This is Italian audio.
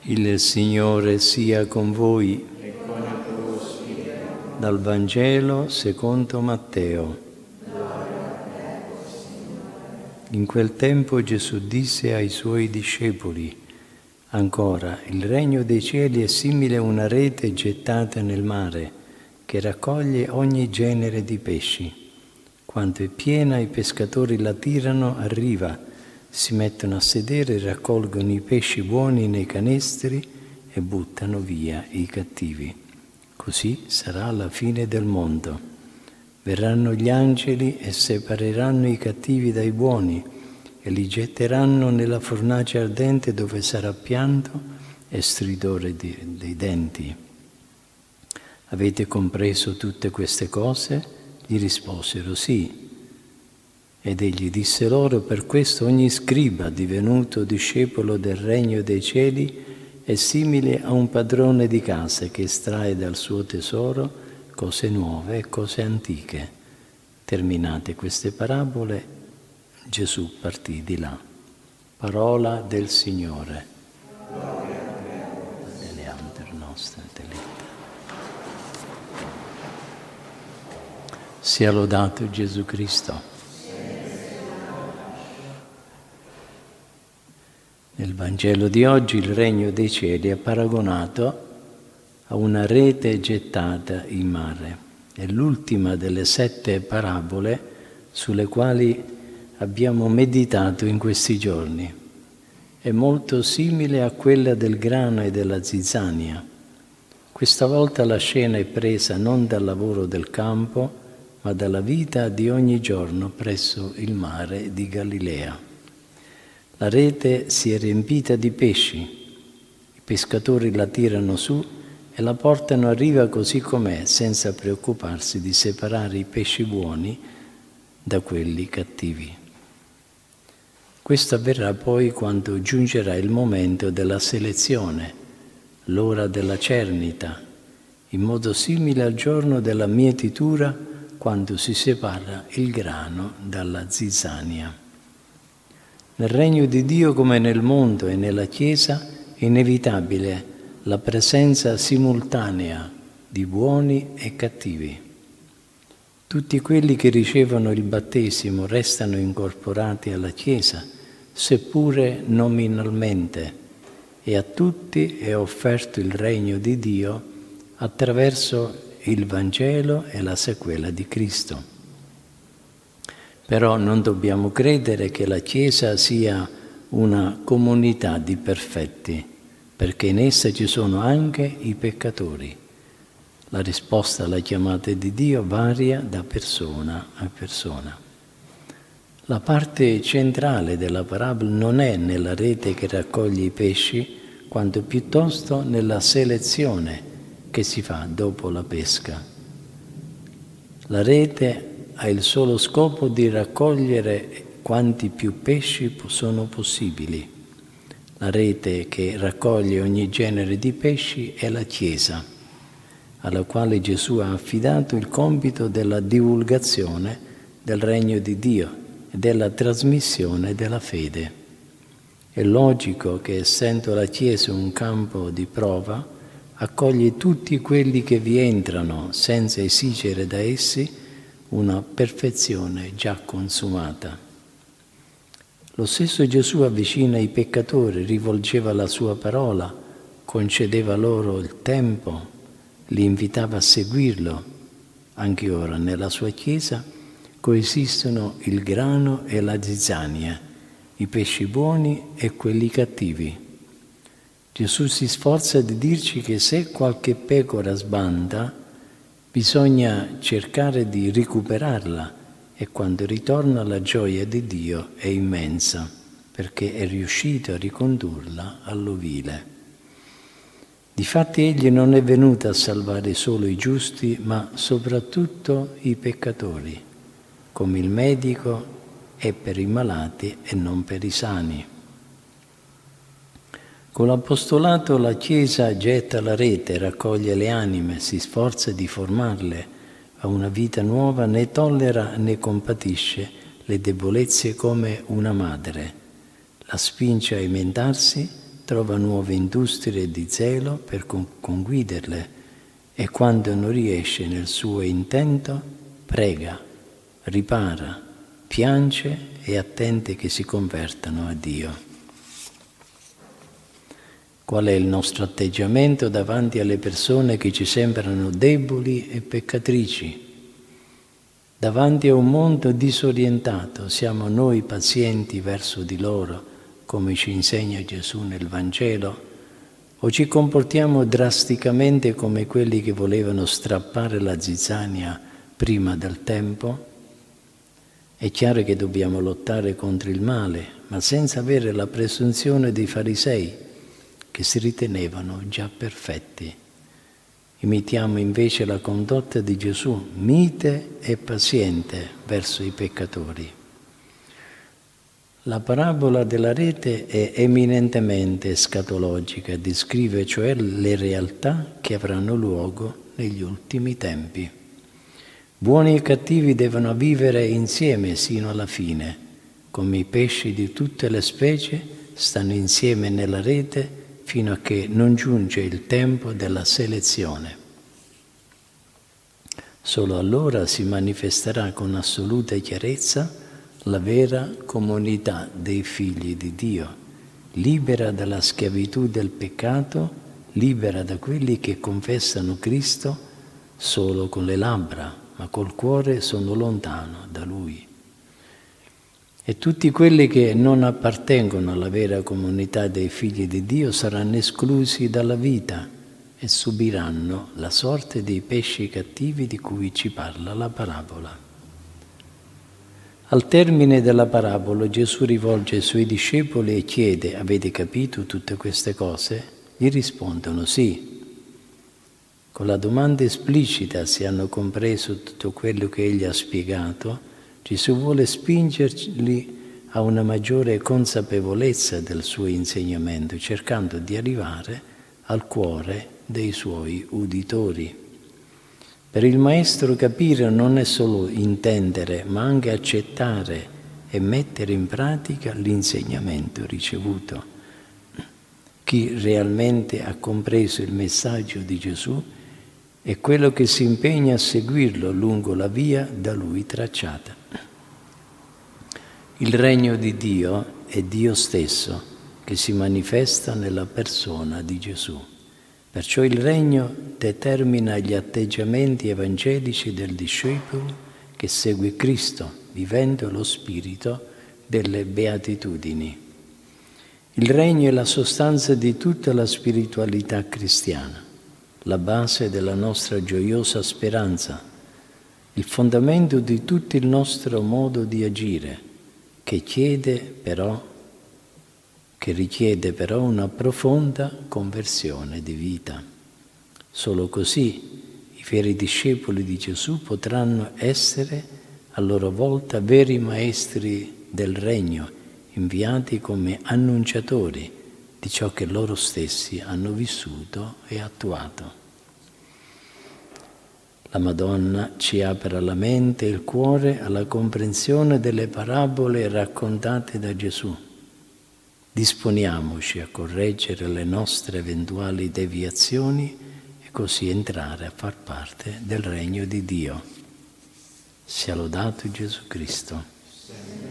Il Signore sia con voi. E con il tuo spirito. Dal Vangelo secondo Matteo. In quel tempo Gesù disse ai suoi discepoli: ancora, il regno dei cieli è simile a una rete gettata nel mare, che raccoglie ogni genere di pesci. Quando è piena, i pescatori la tirano a riva, si mettono a sedere, raccolgono i pesci buoni nei canestri e buttano via i cattivi. Così sarà la fine del mondo. Verranno gli angeli e separeranno i cattivi dai buoni e li getteranno nella fornace ardente, dove sarà pianto e stridore dei denti. Avete compreso tutte queste cose? Gli risposero sì. Ed egli disse loro: per questo ogni scriba divenuto discepolo del regno dei cieli è simile a un padrone di casa che estrae dal suo tesoro cose nuove e cose antiche. Terminate queste parabole, Gesù partì di là. Parola del Signore. Deleander nostra deletta. Sia lodato Gesù Cristo. Nel Vangelo di oggi il regno dei cieli è paragonato a una rete gettata in mare. È l'ultima delle 7 parabole sulle quali abbiamo meditato in questi giorni. È molto simile a quella del grano e della zizzania. Questa volta la scena è presa non dal lavoro del campo, ma dalla vita di ogni giorno presso il mare di Galilea. La rete si è riempita di pesci, i pescatori la tirano su e la portano a riva così com'è, senza preoccuparsi di separare i pesci buoni da quelli cattivi. Questo avverrà poi quando giungerà il momento della selezione, l'ora della cernita, in modo simile al giorno della mietitura, quando si separa il grano dalla zizzania. Nel regno di Dio, come nel mondo e nella Chiesa, è inevitabile la presenza simultanea di buoni e cattivi. Tutti quelli che ricevono il battesimo restano incorporati alla Chiesa, seppure nominalmente, e a tutti è offerto il regno di Dio attraverso il Vangelo e la sequela di Cristo. Però non dobbiamo credere che la Chiesa sia una comunità di perfetti, perché in essa ci sono anche i peccatori. La risposta alla chiamata di Dio varia da persona a persona. La parte centrale della parabola non è nella rete che raccoglie i pesci, quanto piuttosto nella selezione che si fa dopo la pesca. La rete ha il solo scopo di raccogliere quanti più pesci sono possibili. La rete che raccoglie ogni genere di pesci è la Chiesa, alla quale Gesù ha affidato il compito della divulgazione del regno di Dio e della trasmissione della fede. È logico che, essendo la Chiesa un campo di prova, accoglie tutti quelli che vi entrano senza esigere da essi una perfezione già consumata. Lo stesso Gesù avvicina i peccatori, rivolgeva la sua parola, concedeva loro il tempo, li invitava a seguirlo. Anche ora nella sua Chiesa coesistono il grano e la zizzania, i pesci buoni e quelli cattivi. Gesù si sforza di dirci che se qualche pecora sbanda, bisogna cercare di recuperarla e quando ritorna la gioia di Dio è immensa, perché è riuscito a ricondurla all'ovile. Difatti egli non è venuto a salvare solo i giusti, ma soprattutto i peccatori, come il medico è per i malati e non per i sani. Con l'apostolato la Chiesa getta la rete, raccoglie le anime, si sforza di formarle a una vita nuova, né tollera né compatisce le debolezze come una madre. La spinge a emendarsi trova nuove industrie di zelo per conguiderle e quando non riesce nel suo intento, prega, ripara, piange e attende che si convertano a Dio. Qual è il nostro atteggiamento davanti alle persone che ci sembrano deboli e peccatrici? Davanti a un mondo disorientato, siamo noi pazienti verso di loro, come ci insegna Gesù nel Vangelo, o ci comportiamo drasticamente come quelli che volevano strappare la zizzania prima del tempo? È chiaro che dobbiamo lottare contro il male, ma senza avere la presunzione dei farisei, che si ritenevano già perfetti. Imitiamo invece la condotta di Gesù, mite e paziente verso i peccatori. La parabola della rete è eminentemente escatologica, descrive cioè le realtà che avranno luogo negli ultimi tempi. Buoni e cattivi devono vivere insieme sino alla fine, come i pesci di tutte le specie stanno insieme nella rete fino a che non giunge il tempo della selezione. Solo allora si manifesterà con assoluta chiarezza la vera comunità dei figli di Dio, libera dalla schiavitù del peccato, libera da quelli che confessano Cristo solo con le labbra, ma col cuore sono lontano da Lui. E tutti quelli che non appartengono alla vera comunità dei figli di Dio saranno esclusi dalla vita e subiranno la sorte dei pesci cattivi di cui ci parla la parabola. Al termine della parabola Gesù rivolge ai suoi discepoli e chiede: avete capito tutte queste cose? Gli rispondono sì. Con la domanda esplicita se hanno compreso tutto quello che egli ha spiegato, Gesù vuole spingerli a una maggiore consapevolezza del suo insegnamento, cercando di arrivare al cuore dei suoi uditori. Per il Maestro capire non è solo intendere, ma anche accettare e mettere in pratica l'insegnamento ricevuto. Chi realmente ha compreso il messaggio di Gesù è quello che si impegna a seguirlo lungo la via da lui tracciata. Il regno di Dio è Dio stesso che si manifesta nella persona di Gesù. Perciò il regno determina gli atteggiamenti evangelici del discepolo che segue Cristo, vivendo lo spirito delle beatitudini. Il regno è la sostanza di tutta la spiritualità cristiana, la base della nostra gioiosa speranza, il fondamento di tutto il nostro modo di agire, che richiede però una profonda conversione di vita. Solo così i veri discepoli di Gesù potranno essere a loro volta veri maestri del regno, inviati come annunciatori di ciò che loro stessi hanno vissuto e attuato. La Madonna ci apre la mente e il cuore alla comprensione delle parabole raccontate da Gesù. Disponiamoci a correggere le nostre eventuali deviazioni e così entrare a far parte del regno di Dio. Sia lodato Gesù Cristo.